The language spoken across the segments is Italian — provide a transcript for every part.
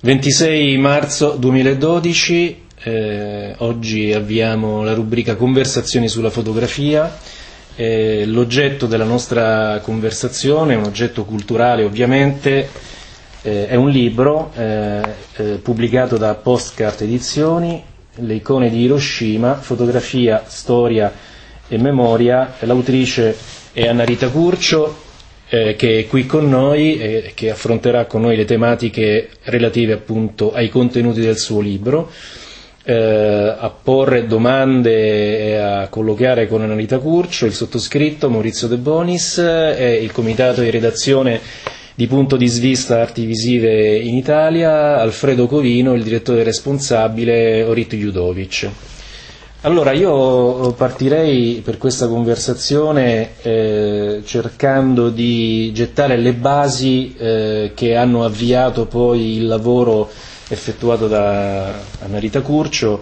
26 marzo 2012, oggi avviamo la rubrica Conversazioni sulla fotografia. L'oggetto della nostra conversazione è un oggetto culturale, ovviamente, è un libro pubblicato da Postcard Edizioni, Le icone di Hiroshima, fotografia, storia e memoria. L'autrice è Anna Rita Curcio, che è qui con noi e che affronterà con noi le tematiche relative appunto ai contenuti del suo libro. A porre domande e a colloquiare con Anna Rita Curcio il sottoscritto Maurizio De Bonis e il comitato di redazione di Punto di Svista Arti Visive in Italia, Alfredo Covino, il direttore responsabile Orit Judovic. Allora, io partirei per questa conversazione cercando di gettare le basi che hanno avviato poi il lavoro effettuato da Anna Rita Curcio.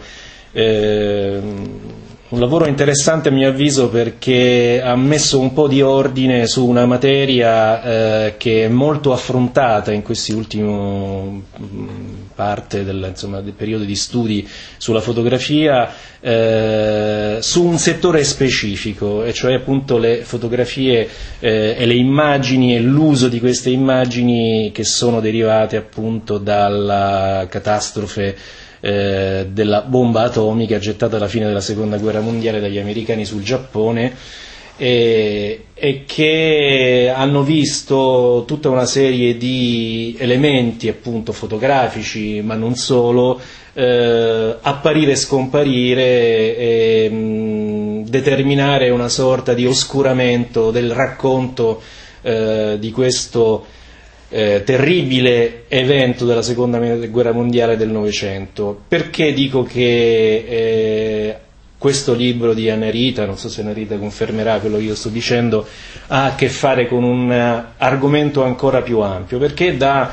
Un lavoro interessante a mio avviso perché ha messo un po' di ordine su una materia che è molto affrontata in questi ultimi parte del periodo di studi sulla fotografia, su un settore specifico, e cioè appunto le fotografie e le immagini e l'uso di queste immagini che sono derivate appunto dalla catastrofe della bomba atomica gettata alla fine della seconda guerra mondiale dagli americani sul Giappone, e che hanno visto tutta una serie di elementi appunto fotografici, ma non solo, apparire e scomparire e determinare una sorta di oscuramento del racconto di questo terribile evento della seconda guerra mondiale del Novecento. Perché dico che questo libro di Anna Rita, non so se Anna Rita confermerà quello che io sto dicendo, ha a che fare con un argomento ancora più ampio? Perché da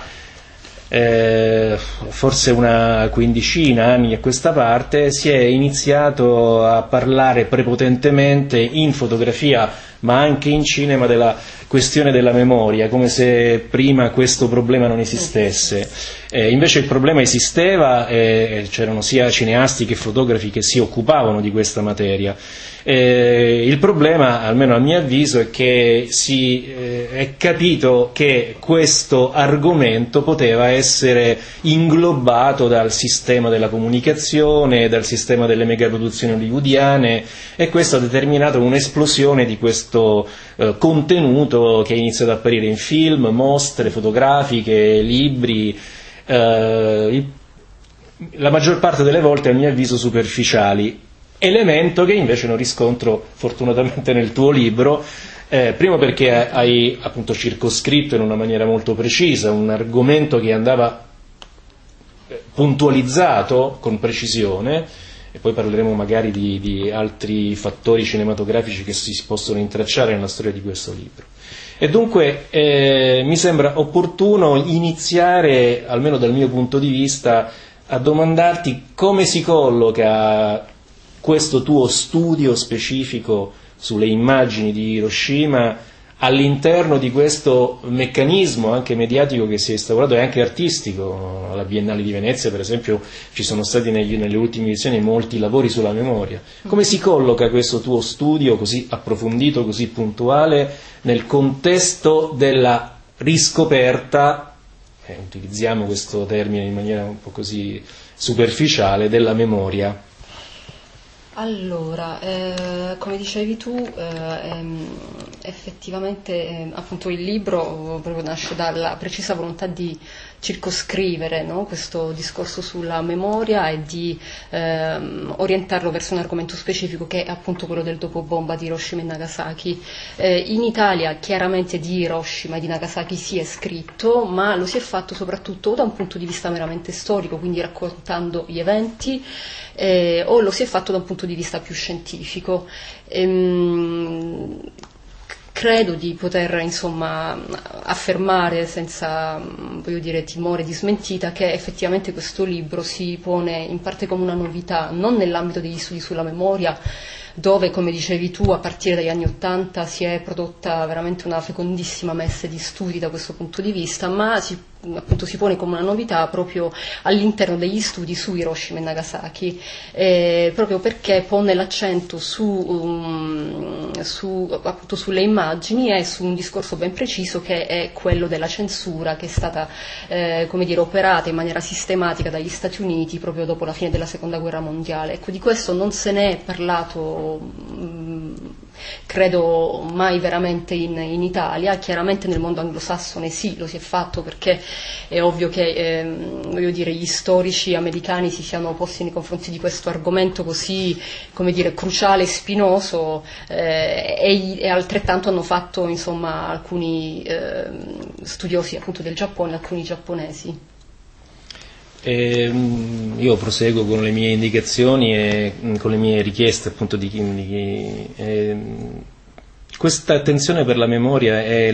forse una quindicina anni a questa parte si è iniziato a parlare prepotentemente in fotografia ma anche in cinema della questione della memoria, come se prima questo problema non esistesse. Invece il problema esisteva, c'erano sia cineasti che fotografi che si occupavano di questa materia. Il problema, almeno a mio avviso, è che è capito che questo argomento poteva essere inglobato dal sistema della comunicazione, dal sistema delle megaproduzioni hollywoodiane, e questo ha determinato un'esplosione di questo contenuto che è iniziato ad apparire in film, mostre fotografiche, libri, la maggior parte delle volte a mio avviso superficiali, elemento che invece non riscontro fortunatamente nel tuo libro, primo perché hai appunto circoscritto in una maniera molto precisa un argomento che andava puntualizzato con precisione, e poi parleremo magari di altri fattori cinematografici che si possono intracciare nella storia di questo libro. E dunque mi sembra opportuno iniziare, almeno dal mio punto di vista, a domandarti come si colloca questo tuo studio specifico sulle immagini di Hiroshima all'interno di questo meccanismo anche mediatico che si è instaurato e anche artistico. Alla Biennale di Venezia, per esempio, ci sono stati nelle ultime edizioni molti lavori sulla memoria. Come si colloca questo tuo studio così approfondito, così puntuale, nel contesto della riscoperta, utilizziamo questo termine in maniera un po' così superficiale, della memoria? Allora, come dicevi tu, effettivamente appunto il libro proprio nasce dalla precisa volontà di circoscrivere, no, questo discorso sulla memoria e di orientarlo verso un argomento specifico che è appunto quello del dopobomba di Hiroshima e Nagasaki. In Italia chiaramente di Hiroshima e di Nagasaki si è scritto, ma lo si è fatto soprattutto da un punto di vista meramente storico, quindi raccontando gli eventi, o lo si è fatto da un punto di vista più scientifico. Credo di poter affermare senza timore di smentita che effettivamente questo libro si pone in parte come una novità, non nell'ambito degli studi sulla memoria, dove, come dicevi tu, a partire dagli anni '80 si è prodotta veramente una fecondissima messe di studi da questo punto di vista, ma si appunto si pone come una novità proprio all'interno degli studi su Hiroshima e Nagasaki, proprio perché pone l'accento appunto sulle immagini e su un discorso ben preciso che è quello della censura, che è stata come dire, operata in maniera sistematica dagli Stati Uniti proprio dopo la fine della Seconda Guerra Mondiale. Ecco, di questo non se ne è parlato credo mai veramente in Italia. Chiaramente nel mondo anglosassone sì, lo si è fatto, perché è ovvio che voglio dire, gli storici americani si siano posti nei confronti di questo argomento così, come dire, cruciale e spinoso, e altrettanto hanno fatto, insomma, alcuni studiosi appunto del Giappone, alcuni giapponesi. Io proseguo con le mie indicazioni e con le mie richieste, appunto, questa attenzione per la memoria e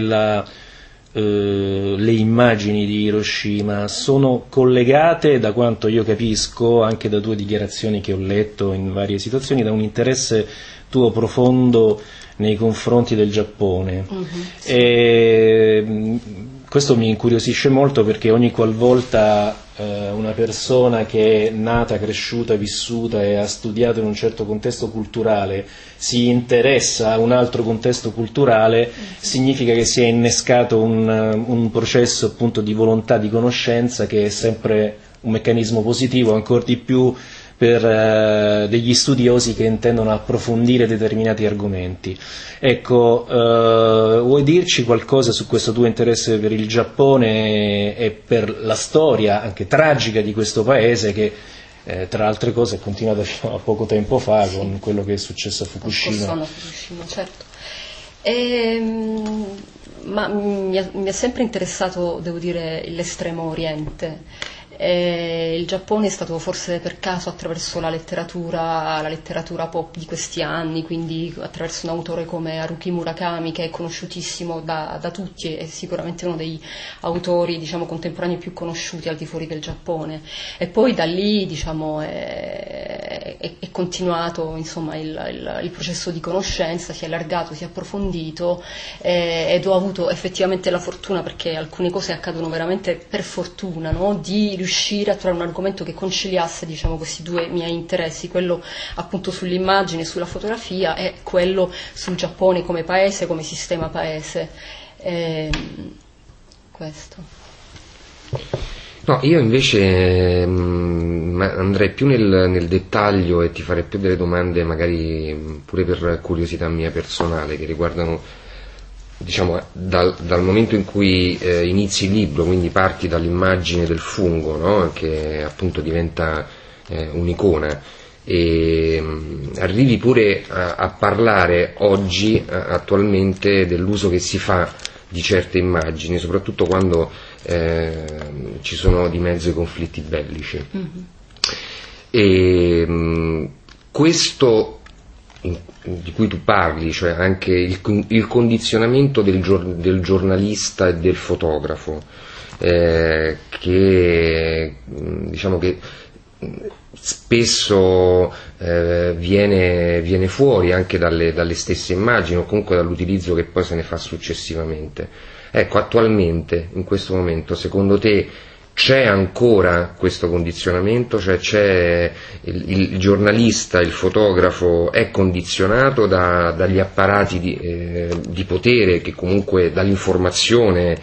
le immagini di Hiroshima sono collegate, da quanto io capisco, anche da tue dichiarazioni che ho letto in varie situazioni, da un interesse tuo profondo nei confronti del Giappone. Sì. E questo mi incuriosisce molto, perché ogni qualvolta una persona che è nata, cresciuta, vissuta e ha studiato in un certo contesto culturale si interessa a un altro contesto culturale, significa che si è innescato un processo, appunto, di volontà di conoscenza, che è sempre un meccanismo positivo, ancor di più per degli studiosi che intendono approfondire determinati argomenti. Ecco, vuoi dirci qualcosa su questo tuo interesse per il Giappone e per la storia anche tragica di questo paese, che tra altre cose è continuata fino a poco tempo fa, sì, con quello che è successo a Fukushima? Certo. Ma mi è sempre interessato, devo dire, l'Estremo Oriente. Il Giappone è stato forse per caso, attraverso la letteratura pop di questi anni, quindi attraverso un autore come Haruki Murakami, che è conosciutissimo da tutti, è sicuramente uno dei autori, diciamo, contemporanei più conosciuti al di fuori del Giappone, e poi da lì, diciamo, è continuato, insomma, il processo di conoscenza, si è allargato, si è approfondito, ed ho avuto effettivamente la fortuna, perché alcune cose accadono veramente per fortuna, no? Di riuscire a trovare un argomento che conciliasse, diciamo, questi due miei interessi, quello appunto sull'immagine, sulla fotografia, e quello sul Giappone come paese, come sistema paese. Questo. No, io invece andrei più nel dettaglio e ti farei più delle domande, magari pure per curiosità mia personale, che riguardano, diciamo, dal momento in cui inizi il libro, quindi parti dall'immagine del fungo, no? Che appunto diventa un'icona, e arrivi pure a parlare oggi, attualmente, dell'uso che si fa di certe immagini, soprattutto quando ci sono di mezzo i conflitti bellici. Mm-hmm. E questo di cui tu parli, cioè anche il condizionamento del giornalista e del fotografo, che diciamo che spesso viene fuori anche dalle stesse immagini, o comunque dall'utilizzo che poi se ne fa successivamente. Ecco, attualmente, in questo momento, secondo te c'è ancora questo condizionamento? Cioè c'è il giornalista, il fotografo è condizionato dagli apparati di potere, che comunque dall'informazione,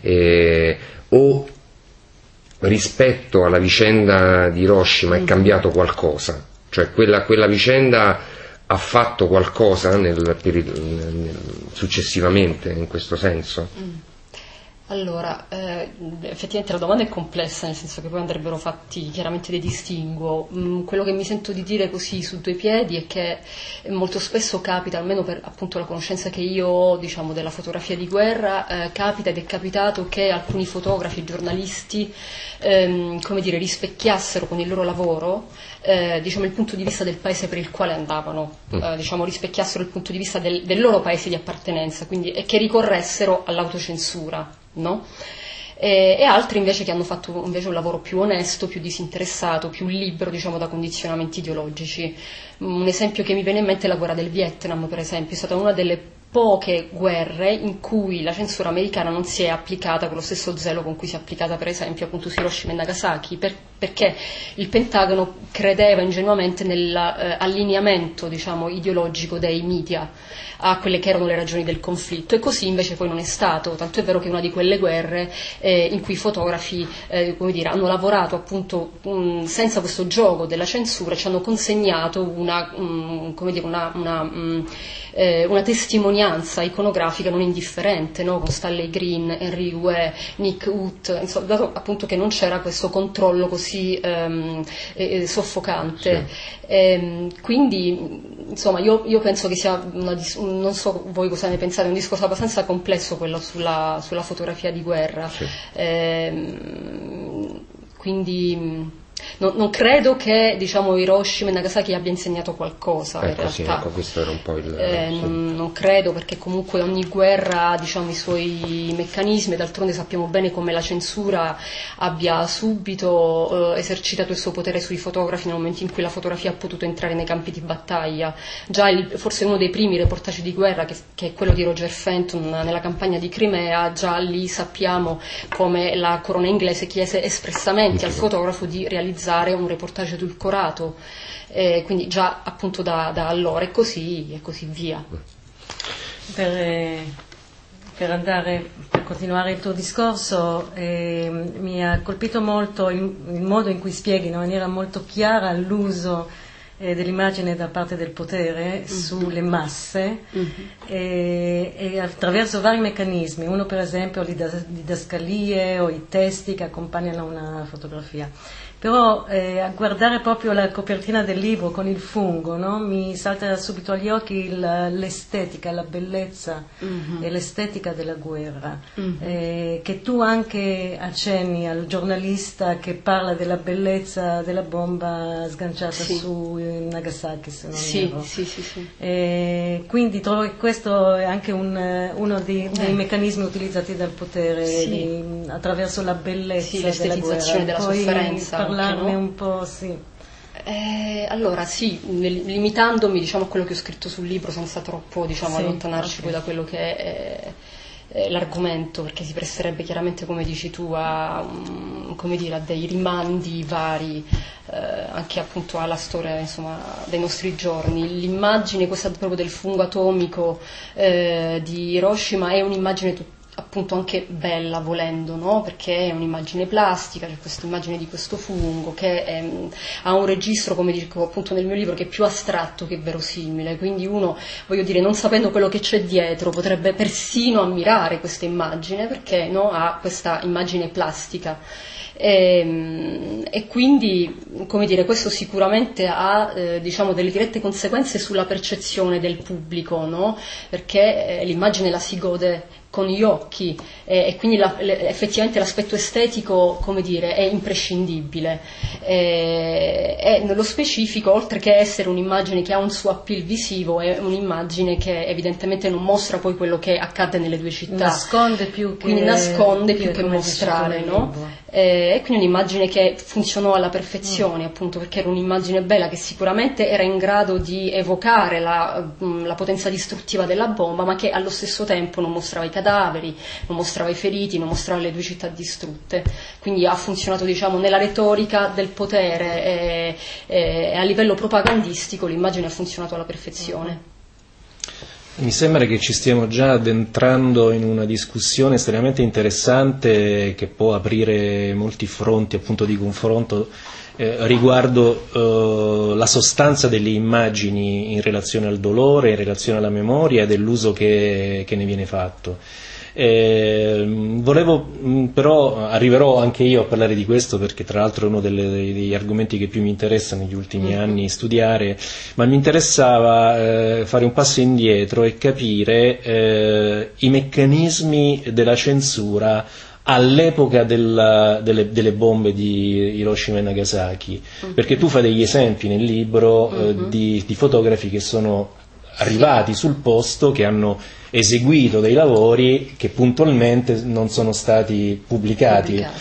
o rispetto alla vicenda di Hiroshima è cambiato qualcosa? Cioè quella vicenda ha fatto qualcosa successivamente in questo senso? Allora, effettivamente la domanda è complessa, nel senso che poi andrebbero fatti chiaramente dei distinguo. Quello che mi sento di dire così su due piedi è che molto spesso capita, almeno per appunto la conoscenza che io ho, diciamo, della fotografia di guerra, capita ed è capitato che alcuni fotografi e giornalisti come dire, rispecchiassero con il loro lavoro diciamo, il punto di vista del paese per il quale andavano, diciamo, rispecchiassero il punto di vista del loro paese di appartenenza, quindi, e che ricorressero all'autocensura, no? E altri invece che hanno fatto invece un lavoro più onesto, più disinteressato, più libero, diciamo, da condizionamenti ideologici. Un esempio che mi viene in mente è la guerra del Vietnam, per esempio, è stata una delle poche guerre in cui la censura americana non si è applicata con lo stesso zelo con cui si è applicata per esempio appunto su Hiroshima e Nagasaki, perché il Pentagono credeva ingenuamente nell'allineamento diciamo ideologico dei media a quelle che erano le ragioni del conflitto, e così invece poi non è stato, tanto è vero che è una di quelle guerre in cui i fotografi come dire, hanno lavorato appunto senza questo gioco della censura, ci hanno consegnato una testimonianza iconografica non indifferente, no? Con Stanley Green, Henry Hue, Nick Ut, insomma, dato appunto che non c'era questo controllo così soffocante. Sì. Quindi insomma io penso che sia non so voi cosa ne pensate, è un discorso abbastanza complesso quello sulla fotografia di guerra. Sì. Quindi non credo che diciamo Hiroshima e Nagasaki abbia insegnato qualcosa, in realtà. Sì, ecco, questo era un po' non credo, perché comunque ogni guerra ha diciamo i suoi meccanismi, e d'altronde sappiamo bene come la censura abbia subito esercitato il suo potere sui fotografi nel momento in cui la fotografia ha potuto entrare nei campi di battaglia. Già forse uno dei primi reportage di guerra, che è quello di Roger Fenton nella campagna di Crimea, già lì sappiamo come la corona inglese chiese espressamente al fotografo di realizzare un reportage edulcorato, quindi già appunto da allora e così via. Per continuare il tuo discorso, mi ha colpito molto il modo in cui spieghi in maniera molto chiara l'uso dell'immagine da parte del potere sulle masse e attraverso vari meccanismi. Uno per esempio didascalie o i testi che accompagnano una fotografia. Però a guardare proprio la copertina del libro con il fungo, no? Mi salta subito agli occhi l'estetica, la bellezza e l'estetica della guerra, che tu anche accenni al giornalista che parla della bellezza della bomba sganciata su Nagasaki, se non erro. Sì. Quindi trovo che questo è anche uno dei meccanismi utilizzati dal potere, attraverso la bellezza l'estetizzazione della sofferenza. Parlarne un po', sì. Allora sì, limitandomi diciamo a quello che ho scritto sul libro senza troppo allontanarci poi da quello che è l'argomento, perché si presterebbe chiaramente, come dici tu, a dei rimandi vari anche appunto alla storia insomma dei nostri giorni. L'immagine questa proprio del fungo atomico di Hiroshima è un'immagine appunto anche bella, volendo, no? Perché è un'immagine plastica, c'è questa immagine di questo fungo che ha un registro, come dico appunto nel mio libro, che è più astratto che verosimile, quindi uno, voglio dire, non sapendo quello che c'è dietro potrebbe persino ammirare questa immagine, perché no, ha questa immagine plastica. E quindi, come dire, questo sicuramente ha diciamo delle dirette conseguenze sulla percezione del pubblico, no? Perché l'immagine la si gode con gli occhi e quindi effettivamente l'aspetto estetico, come dire, è imprescindibile, e nello specifico, oltre che essere un'immagine che ha un suo appeal visivo, è un'immagine che evidentemente non mostra poi quello che accade nelle due città, nasconde più che mostrare, no? E quindi un'immagine che funzionò alla perfezione, appunto perché era un'immagine bella che sicuramente era in grado di evocare la potenza distruttiva della bomba, ma che allo stesso tempo non mostrava i cadaveri, non mostrava i feriti, non mostrava le due città distrutte. Quindi ha funzionato, diciamo, nella retorica del potere e a livello propagandistico l'immagine ha funzionato alla perfezione. Mi sembra che ci stiamo già addentrando in una discussione estremamente interessante che può aprire molti fronti appunto di confronto riguardo la sostanza delle immagini in relazione al dolore, in relazione alla memoria e dell'uso che ne viene fatto. Però arriverò anche io a parlare di questo, perché tra l'altro è uno degli argomenti che più mi interessano negli ultimi anni studiare, ma mi interessava fare un passo indietro e capire i meccanismi della censura all'epoca delle bombe di Hiroshima e Nagasaki, perché tu fai degli esempi nel libro di fotografi che sono arrivati sul posto, che hanno eseguito dei lavori che puntualmente non sono stati pubblicati.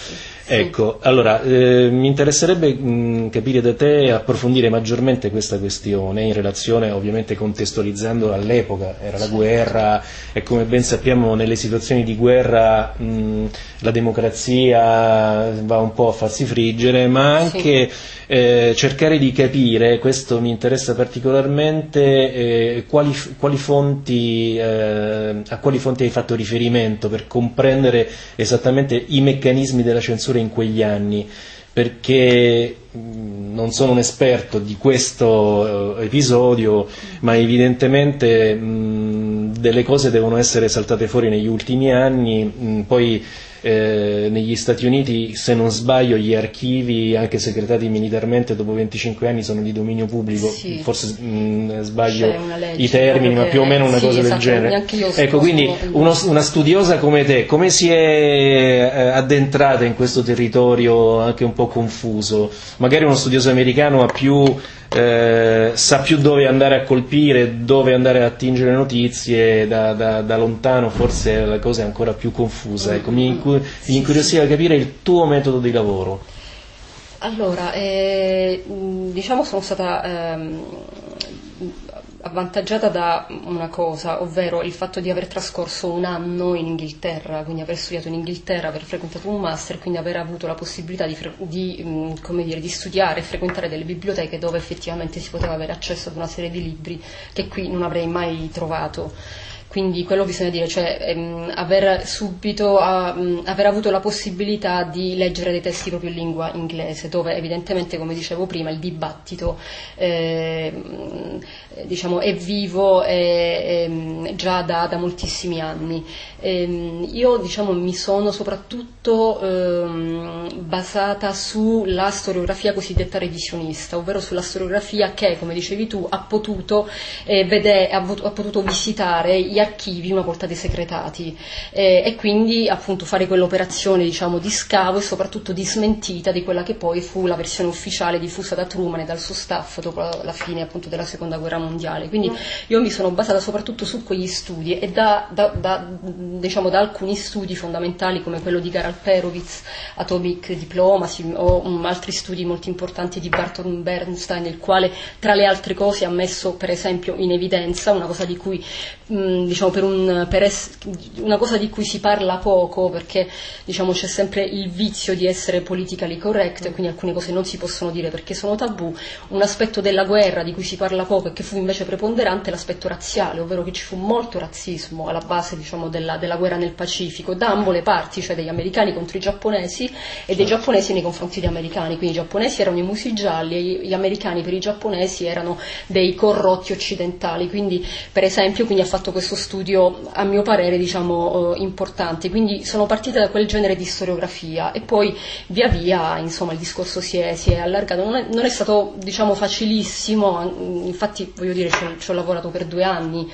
Ecco, allora mi interesserebbe capire da te e approfondire maggiormente questa questione in relazione, ovviamente contestualizzando all'epoca, era la guerra e come ben sappiamo nelle situazioni di guerra la democrazia va un po' a farsi friggere, ma anche cercare di capire, questo mi interessa particolarmente, quali fonti, a quali fonti hai fatto riferimento per comprendere esattamente i meccanismi della censura in quegli anni, perché non sono un esperto di questo episodio, ma evidentemente delle cose devono essere saltate fuori negli ultimi anni. Poi negli Stati Uniti, se non sbaglio, gli archivi anche segretati militarmente dopo 25 anni sono di dominio pubblico, forse sbaglio i termini, ma più o meno una cosa del genere. Ecco, quindi una studiosa come te, come si è addentrata in questo territorio anche un po' confuso? Magari uno studioso americano ha sa più dove andare a colpire, dove andare a attingere notizie, da lontano forse la cosa è ancora più confusa. Ecco, mi incuriosiva capire il tuo metodo di lavoro. Allora, diciamo sono stata avvantaggiata da una cosa, ovvero il fatto di aver trascorso un anno in Inghilterra, quindi aver studiato in Inghilterra, aver frequentato un master, quindi aver avuto la possibilità di studiare e frequentare delle biblioteche dove effettivamente si poteva avere accesso ad una serie di libri che qui non avrei mai trovato. Quindi quello bisogna dire, cioè aver avuto la possibilità di leggere dei testi proprio in lingua inglese, dove evidentemente, come dicevo prima, il dibattito diciamo è vivo già da moltissimi anni. Io diciamo mi sono soprattutto basata sulla storiografia cosiddetta revisionista, ovvero sulla storiografia che, come dicevi tu, ha potuto visitare gli archivi una volta desecretati e quindi appunto fare quell'operazione diciamo di scavo e soprattutto di smentita di quella che poi fu la versione ufficiale diffusa da Truman e dal suo staff dopo la fine appunto della seconda guerra mondiale. Quindi io mi sono basata soprattutto su quegli studi e da alcuni studi fondamentali come quello di Garal Perovitz, Atomic Diplomacy, o altri studi molto importanti di Barton Bernstein, il quale tra le altre cose ha messo per esempio in evidenza una cosa di cui una cosa di cui si parla poco, perché diciamo c'è sempre il vizio di essere politically correct, quindi alcune cose non si possono dire perché sono tabù. Un aspetto della guerra di cui si parla poco e che fu invece preponderante è l'aspetto razziale, ovvero che ci fu molto razzismo alla base diciamo della guerra nel Pacifico, da ambo le parti, cioè degli americani contro i giapponesi e dei giapponesi nei confronti degli americani. Quindi i giapponesi erano i musi gialli e gli americani per i giapponesi erano dei corrotti occidentali. Quindi per esempio ha fatto questo studio a mio parere diciamo importante, quindi sono partita da quel genere di storiografia e poi via via insomma il discorso si è allargato. Non è stato diciamo facilissimo, infatti voglio dire ci ho lavorato per 2 anni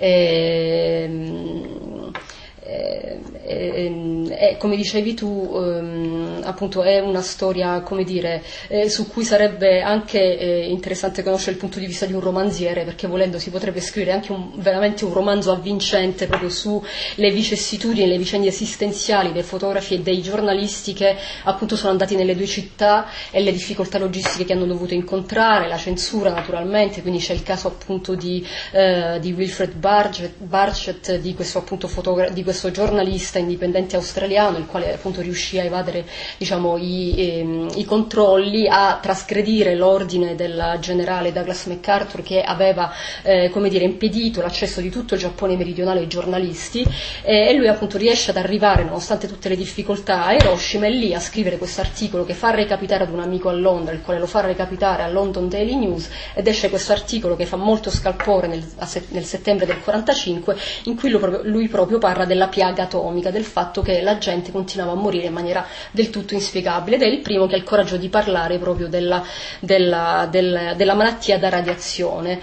come dicevi tu appunto è una storia come dire su cui sarebbe anche interessante conoscere il punto di vista di un romanziere, perché volendo si potrebbe scrivere anche veramente un romanzo avvincente proprio sulle vicissitudini e le vicende esistenziali dei fotografi e dei giornalisti che appunto sono andati nelle 2 città e le difficoltà logistiche che hanno dovuto incontrare, la censura naturalmente. Quindi c'è il caso appunto di Wilfred Barchett, di questo appunto di questo giornalista indipendente australiano, il quale appunto riuscì a evadere diciamo i controlli, a trasgredire l'ordine del generale Douglas MacArthur che aveva impedito l'accesso di tutto il Giappone meridionale ai giornalisti, e lui appunto riesce ad arrivare nonostante tutte le difficoltà a Hiroshima e lì a scrivere questo articolo che fa recapitare ad un amico a Londra, il quale lo fa recapitare al London Daily News, ed esce questo articolo che fa molto scalpore nel settembre del 45, in cui lui proprio parla della piaga atomica, del fatto che la gente continuava a morire in maniera del tutto inspiegabile, ed è il primo che ha il coraggio di parlare proprio della malattia da radiazione.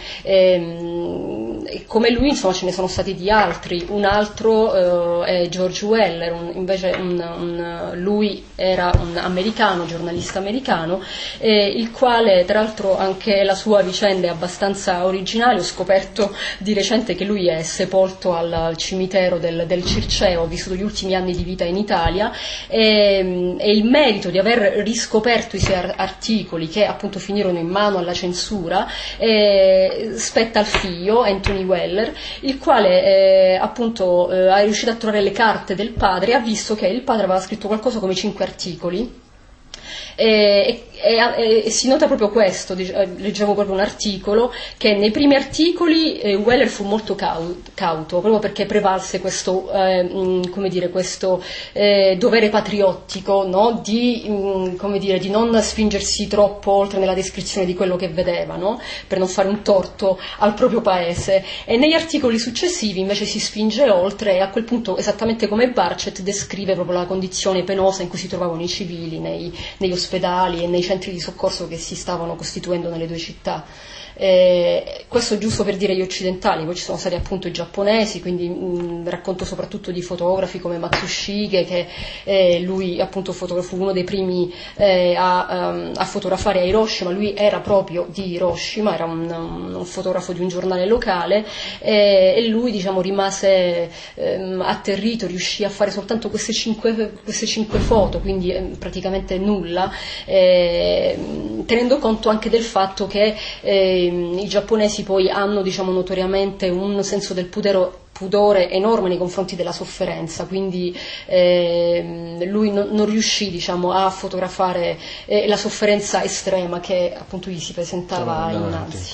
Come lui insomma ce ne sono stati di altri. Un altro è George Weller, lui era un americano, giornalista americano, il quale tra l'altro anche la sua vicenda è abbastanza originale. Ho scoperto di recente che lui è sepolto al cimitero del Circeo, ha vissuto gli ultimi anni di vita in Italia, e il merito di aver riscoperto i suoi articoli, che appunto finirono in mano alla censura, spetta al figlio Anthony Weller, il quale appunto è riuscito a trovare le carte del padre e ha visto che il padre aveva scritto qualcosa come 5 articoli. E si nota proprio questo, leggevo proprio un articolo che nei primi articoli Weller fu molto cauto, proprio perché prevalse questo, come dire, questo dovere patriottico, no? Come dire, di non spingersi troppo oltre nella descrizione di quello che vedeva, no? Per non fare un torto al proprio paese, e negli articoli successivi invece si spinge oltre, e a quel punto, esattamente come Barchet, descrive proprio la condizione penosa in cui si trovavano i civili negli ospedali e nei centri di soccorso che si stavano costituendo nelle due città. Questo giusto per dire gli occidentali, poi ci sono stati appunto i giapponesi, quindi racconto soprattutto di fotografi come Matsushige, che lui appunto fu uno dei primi a fotografare a Hiroshima. Lui era proprio di Hiroshima, era un fotografo di un giornale locale, e lui, diciamo, rimase atterrito, riuscì a fare soltanto queste cinque foto, quindi praticamente nulla, tenendo conto anche del fatto che i giapponesi poi hanno, diciamo, notoriamente un senso del pudore enorme nei confronti della sofferenza, quindi lui non riuscì, diciamo, a fotografare la sofferenza estrema che appunto gli si presentava innanzi.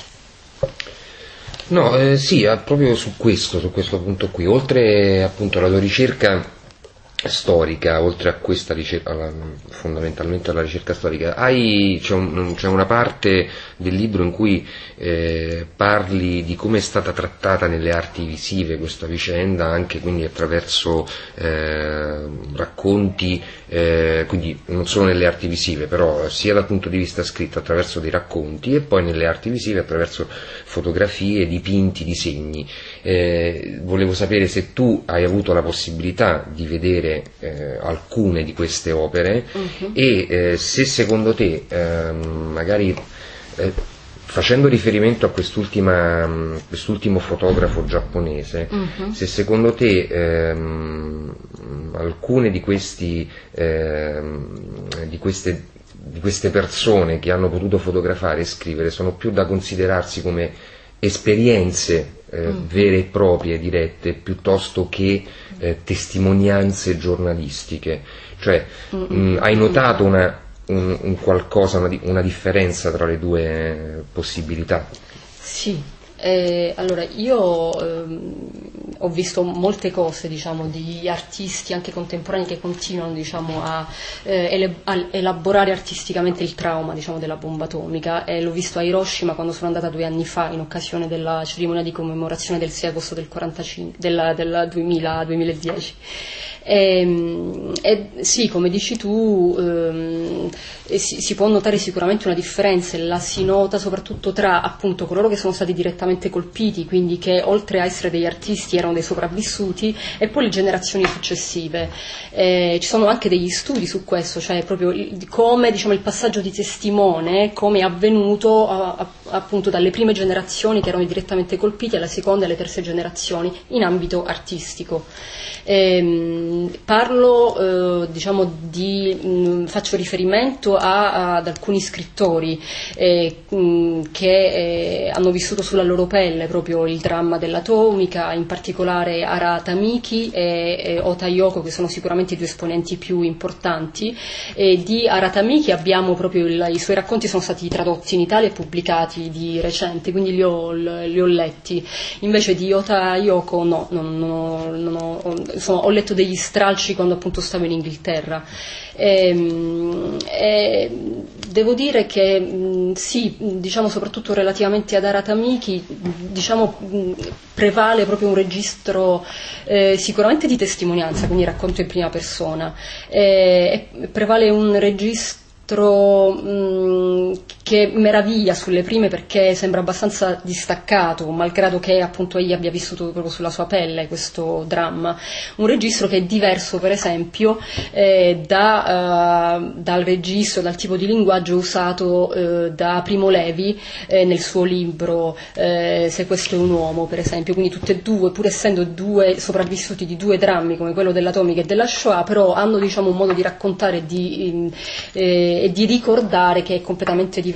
No, sì, proprio su questo punto qui, oltre appunto alla tua ricerca storica, oltre a questa ricerca, fondamentalmente alla ricerca storica, c'è una parte del libro in cui parli di come è stata trattata nelle arti visive questa vicenda, anche quindi attraverso racconti, quindi non solo nelle arti visive, però sia dal punto di vista scritto attraverso dei racconti, e poi nelle arti visive attraverso fotografie, dipinti, disegni. Volevo sapere se tu hai avuto la possibilità di vedere alcune di queste opere, e se secondo te, magari facendo riferimento a quest'ultimo fotografo giapponese, se secondo te alcune di queste persone che hanno potuto fotografare e scrivere sono più da considerarsi come esperienze vere e proprie, dirette, piuttosto che testimonianze giornalistiche. Cioè, hai notato una differenza tra le due possibilità? Sì. Allora, io ho visto molte cose, diciamo, di artisti anche contemporanei che continuano, diciamo, a elaborare artisticamente il trauma, diciamo, della bomba atomica, e l'ho visto a Hiroshima quando sono andata 2 anni fa in occasione della cerimonia di commemorazione del 6 agosto del 2010. Sì, come dici tu, si può notare sicuramente una differenza, e la si nota soprattutto tra appunto coloro che sono stati direttamente colpiti, quindi che oltre a essere degli artisti erano dei sopravvissuti, e poi le generazioni successive. Ci sono anche degli studi su questo, cioè proprio come, diciamo, il passaggio di testimone, come è avvenuto appunto dalle prime generazioni che erano direttamente colpiti alle seconde e alle terze generazioni in ambito artistico. Parlo, diciamo, faccio riferimento ad alcuni scrittori che hanno vissuto sulla loro pelle proprio il dramma dell'atomica, in particolare Ara Tamiki e Ota Yoko, che sono sicuramente i 2 esponenti più importanti. Di Ara Tamiki abbiamo proprio i suoi racconti sono stati tradotti in Italia e pubblicati di recente, quindi li ho letti. Invece di Ota Yoko no, ho letto degli stralci quando appunto stavo in Inghilterra. Devo dire che sì, diciamo, soprattutto relativamente ad Ara Tamiki, diciamo, prevale proprio un registro sicuramente di testimonianza, quindi racconto in prima persona, prevale un registro registro che meraviglia sulle prime perché sembra abbastanza distaccato, malgrado che appunto egli abbia vissuto proprio sulla sua pelle questo dramma. Un registro che è diverso, per esempio, dal registro, dal tipo di linguaggio usato da Primo Levi nel suo libro Se questo è un uomo, per esempio. Quindi tutte e due, pur essendo due sopravvissuti di due drammi come quello dell'Atomica e della Shoah, però hanno, diciamo, un modo di raccontare e di ricordare che è completamente diverso.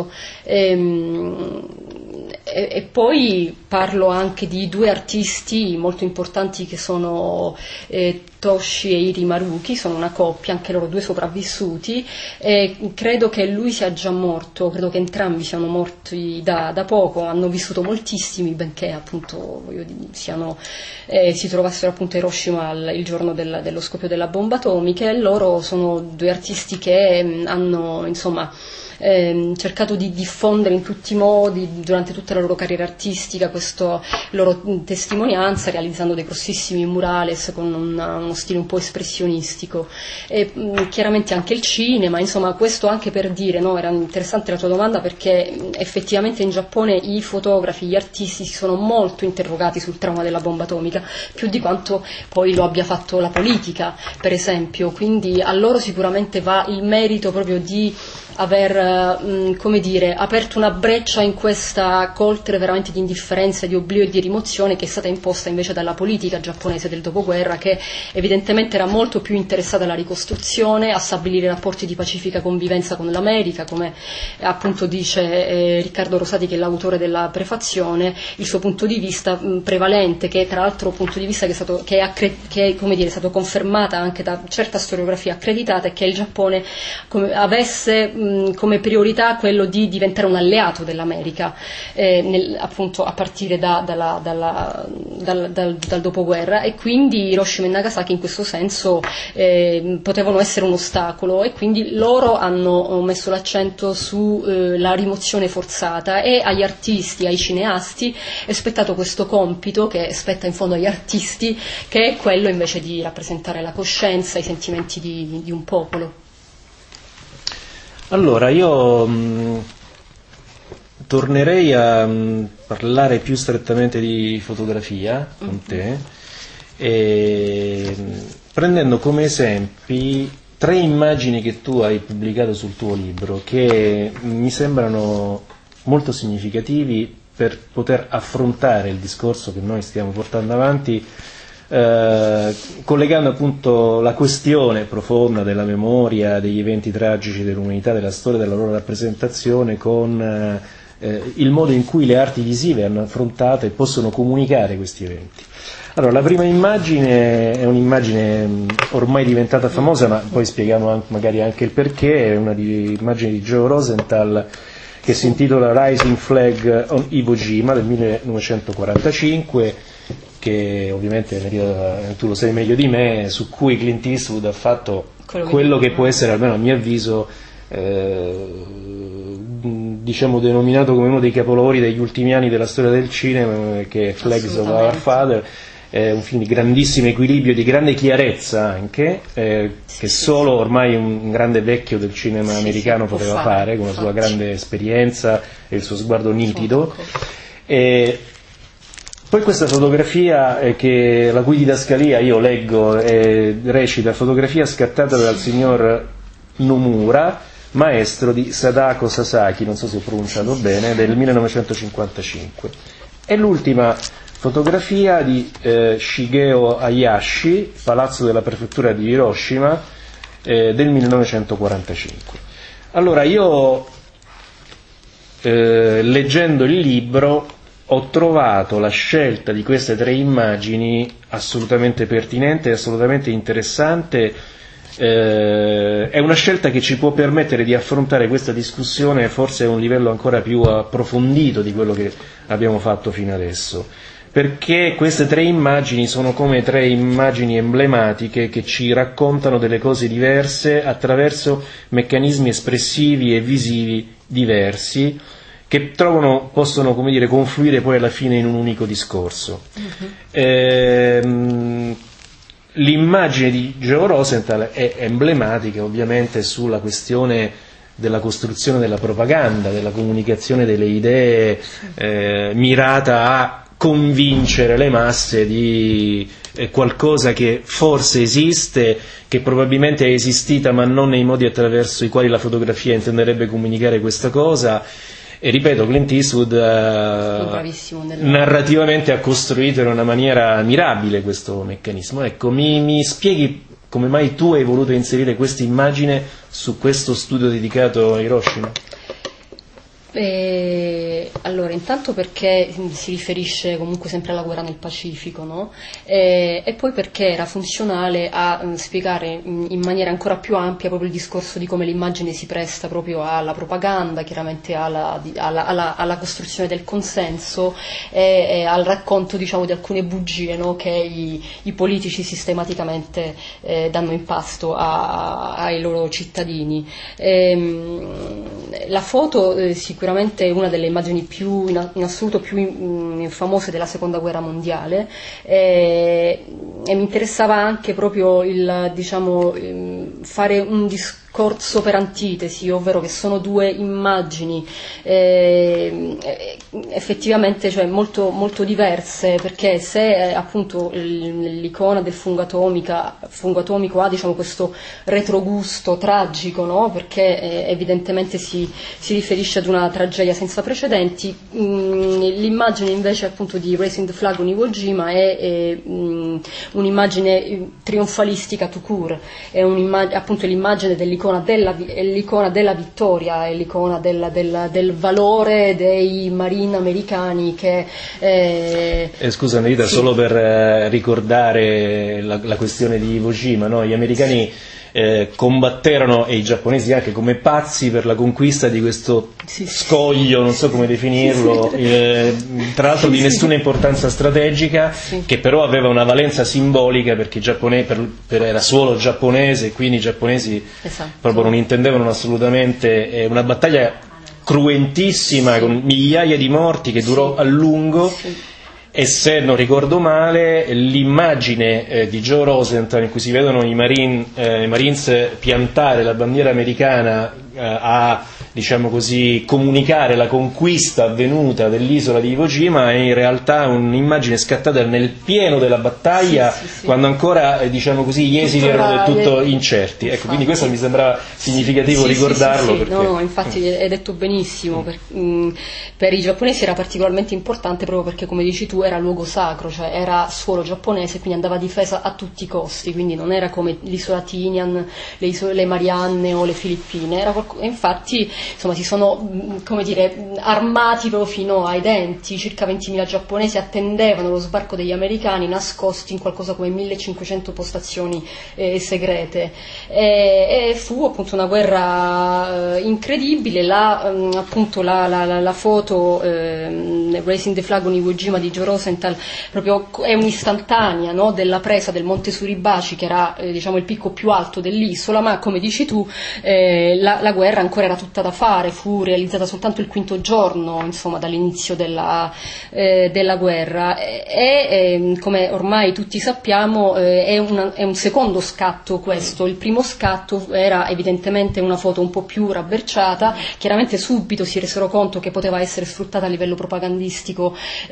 E poi parlo anche di due artisti molto importanti che sono Toshi e Iri Maruki, sono una coppia, anche loro due sopravvissuti, e credo che lui sia già morto, credo che entrambi siano morti da poco, hanno vissuto moltissimi, benché appunto si trovassero appunto a Hiroshima il giorno dello scoppio della bomba atomica, e loro sono due artisti che hanno, insomma, cercato di diffondere in tutti i modi durante tutta la loro carriera artistica questa loro testimonianza, realizzando dei grossissimi murales con uno stile un po' espressionistico, e chiaramente anche il cinema, insomma. Questo anche per dire, no, era interessante la tua domanda, perché effettivamente in Giappone i fotografi, gli artisti si sono molto interrogati sul trauma della bomba atomica, più di quanto poi lo abbia fatto la politica, per esempio, quindi a loro sicuramente va il merito proprio di aver, come dire, aperto una breccia in questa coltre veramente di indifferenza, di oblio e di rimozione che è stata imposta invece dalla politica giapponese del dopoguerra, che evidentemente era molto più interessata alla ricostruzione, a stabilire rapporti di pacifica convivenza con l'America, come appunto dice Riccardo Rosati, che è l'autore della prefazione, il suo punto di vista prevalente, che tra l'altro punto di vista che è stato confermata anche da certa storiografia accreditata, è che il Giappone avesse come priorità quello di diventare un alleato dell'America, appunto a partire dal dopoguerra, e quindi Hiroshima e Nagasaki in questo senso potevano essere un ostacolo, e quindi loro hanno messo l'accento sulla rimozione forzata, e agli artisti, ai cineasti è spettato questo compito che spetta in fondo agli artisti, che è quello invece di rappresentare la coscienza, i sentimenti di un popolo. Allora, io tornerei a parlare più strettamente di fotografia con te, prendendo come esempi 3 immagini che tu hai pubblicato sul tuo libro, che mi sembrano molto significativi per poter affrontare il discorso che noi stiamo portando avanti, collegando appunto la questione profonda della memoria, degli eventi tragici dell'umanità, della storia, della loro rappresentazione, con il modo in cui le arti visive hanno affrontato e possono comunicare questi eventi. Allora, la prima immagine è un'immagine ormai diventata famosa, ma poi spieghiamo magari anche il perché. È una immagine di Joe Rosenthal che si intitola Rising Flag on Iwo Jima del 1945, che ovviamente tu lo sai meglio di me, su cui Clint Eastwood ha fatto quello che può essere, almeno a mio avviso, diciamo denominato come uno dei capolavori degli ultimi anni della storia del cinema, che è Flags of Our Father. È un film di grandissimo equilibrio, di grande chiarezza anche, che solo ormai un grande vecchio del cinema americano poteva fare, con la sua grande esperienza e il suo sguardo nitido. Poi questa fotografia, la cui didascalia io leggo, recita: fotografia scattata dal signor Nomura, maestro di Sadako Sasaki, non so se ho pronunciato bene, del 1955. E l'ultima fotografia di Shigeo Hayashi, palazzo della prefettura di Hiroshima, del 1945. Allora, io leggendo il libro ho trovato la scelta di queste 3 immagini assolutamente pertinente e assolutamente interessante. È una scelta che ci può permettere di affrontare questa discussione forse a un livello ancora più approfondito di quello che abbiamo fatto fino adesso, perché queste 3 immagini sono come 3 immagini emblematiche che ci raccontano delle cose diverse attraverso meccanismi espressivi e visivi diversi, che possono, come dire, confluire poi alla fine in un unico discorso. l'immagine di Joe Rosenthal è emblematica ovviamente sulla questione della costruzione della propaganda, della comunicazione delle idee mirata a convincere le masse di qualcosa che forse esiste, che probabilmente è esistita ma non nei modi attraverso i quali la fotografia intenderebbe comunicare questa cosa. E ripeto, Clint Eastwood narrativamente ha costruito in una maniera mirabile questo meccanismo. Ecco, mi spieghi come mai tu hai voluto inserire questa immagine su questo studio dedicato a Hiroshima? Allora, intanto perché si riferisce comunque sempre alla guerra nel Pacifico, no? E poi perché era funzionale a spiegare in maniera ancora più ampia proprio il discorso di come l'immagine si presta proprio alla propaganda, chiaramente alla costruzione del consenso e al racconto, diciamo, di alcune bugie, no? Che i politici sistematicamente danno in pasto ai loro cittadini. La foto sicuramente è una delle immagini più in assoluto più famose della seconda guerra mondiale, e mi interessava anche proprio fare un discorso per antitesi, ovvero che sono due immagini effettivamente, cioè molto, molto diverse, perché se appunto l'icona del fungo atomico ha, diciamo, questo retrogusto tragico, no? Perché evidentemente si riferisce ad una tragedia senza precedenti, l'immagine invece appunto di Raising the Flag on Iwo Jima è un'immagine trionfalistica tout court, è appunto l'immagine dell'icona della vittoria, è l'icona del valore dei marine americani che scusa Rita, sì, solo per ricordare la questione di Iwo Jima, no? Gli americani combatterono, e i giapponesi anche, come pazzi per la conquista di questo scoglio, non so come definirlo, tra l'altro di nessuna importanza strategica, che però aveva una valenza simbolica, perché era solo giapponese, e quindi i giapponesi proprio non intendevano assolutamente. Una battaglia cruentissima, con migliaia di morti, che durò a lungo. E se non ricordo male, l'immagine di Joe Rosenthal in cui si vedono i Marines piantare la bandiera americana a, diciamo così, comunicare la conquista avvenuta dell'isola di Iwo Jima, è in realtà un'immagine scattata nel pieno della battaglia, quando ancora, diciamo così, gli esiti erano del tutto incerti. Ecco, quindi questo mi sembrava significativo ricordarlo. Perché... No, infatti hai detto benissimo. Per i giapponesi era particolarmente importante proprio perché, come dici tu, era luogo sacro, cioè era suolo giapponese, quindi andava difesa a tutti i costi, quindi non era come l'isola Tinian, le Marianne o le Filippine, infatti, insomma, si sono, come dire, armati proprio fino ai denti. Circa 20.000 giapponesi attendevano lo sbarco degli americani, nascosti in qualcosa come 1.500 postazioni segrete, e fu appunto una guerra incredibile. Appunto la foto Raising the Flag on Iwo Jima di Joe Rosenthal proprio è un'istantanea, no? Della presa del Monte Suribaci, che era diciamo il picco più alto dell'isola, ma come dici tu la guerra ancora era tutta da fare, fu realizzata soltanto il 5° giorno, insomma, dall'inizio della guerra, e come ormai tutti sappiamo è un secondo scatto questo. Il primo scatto era evidentemente una foto un po' più rabberciata, chiaramente subito si resero conto che poteva essere sfruttata a livello propagandistico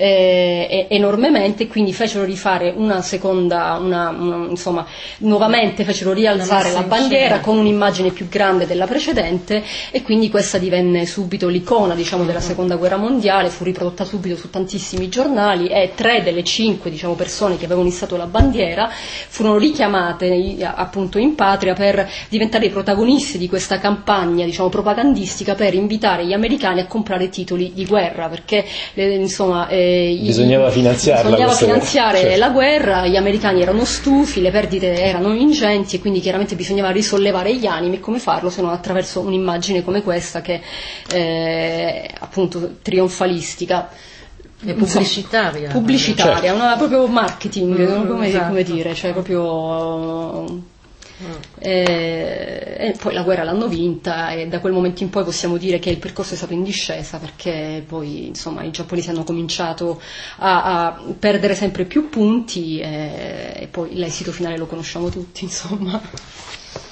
enormemente, quindi fecero rifare una seconda, insomma, nuovamente fecero rialzare la bandiera con un'immagine più grande della precedente, e quindi questa divenne subito l'icona, diciamo, della seconda guerra mondiale. Fu riprodotta subito su tantissimi giornali, e 3 delle 5, diciamo, persone che avevano issato la bandiera furono richiamate appunto in patria per diventare i protagonisti di questa campagna, diciamo, propagandistica, per invitare gli americani a comprare titoli di guerra, perché insomma bisognava finanziare certo, la guerra. Gli americani erano stufi, le perdite erano ingenti, e quindi chiaramente bisognava risollevare gli animi. E come farlo se non attraverso un'immagine come questa, che è appunto trionfalistica e pubblicitaria, certo, proprio marketing, come dire, cioè proprio E poi la guerra l'hanno vinta e da quel momento in poi possiamo dire che il percorso è stato in discesa, perché poi insomma i giapponesi hanno cominciato a perdere sempre più punti e poi l'esito finale lo conosciamo tutti, insomma.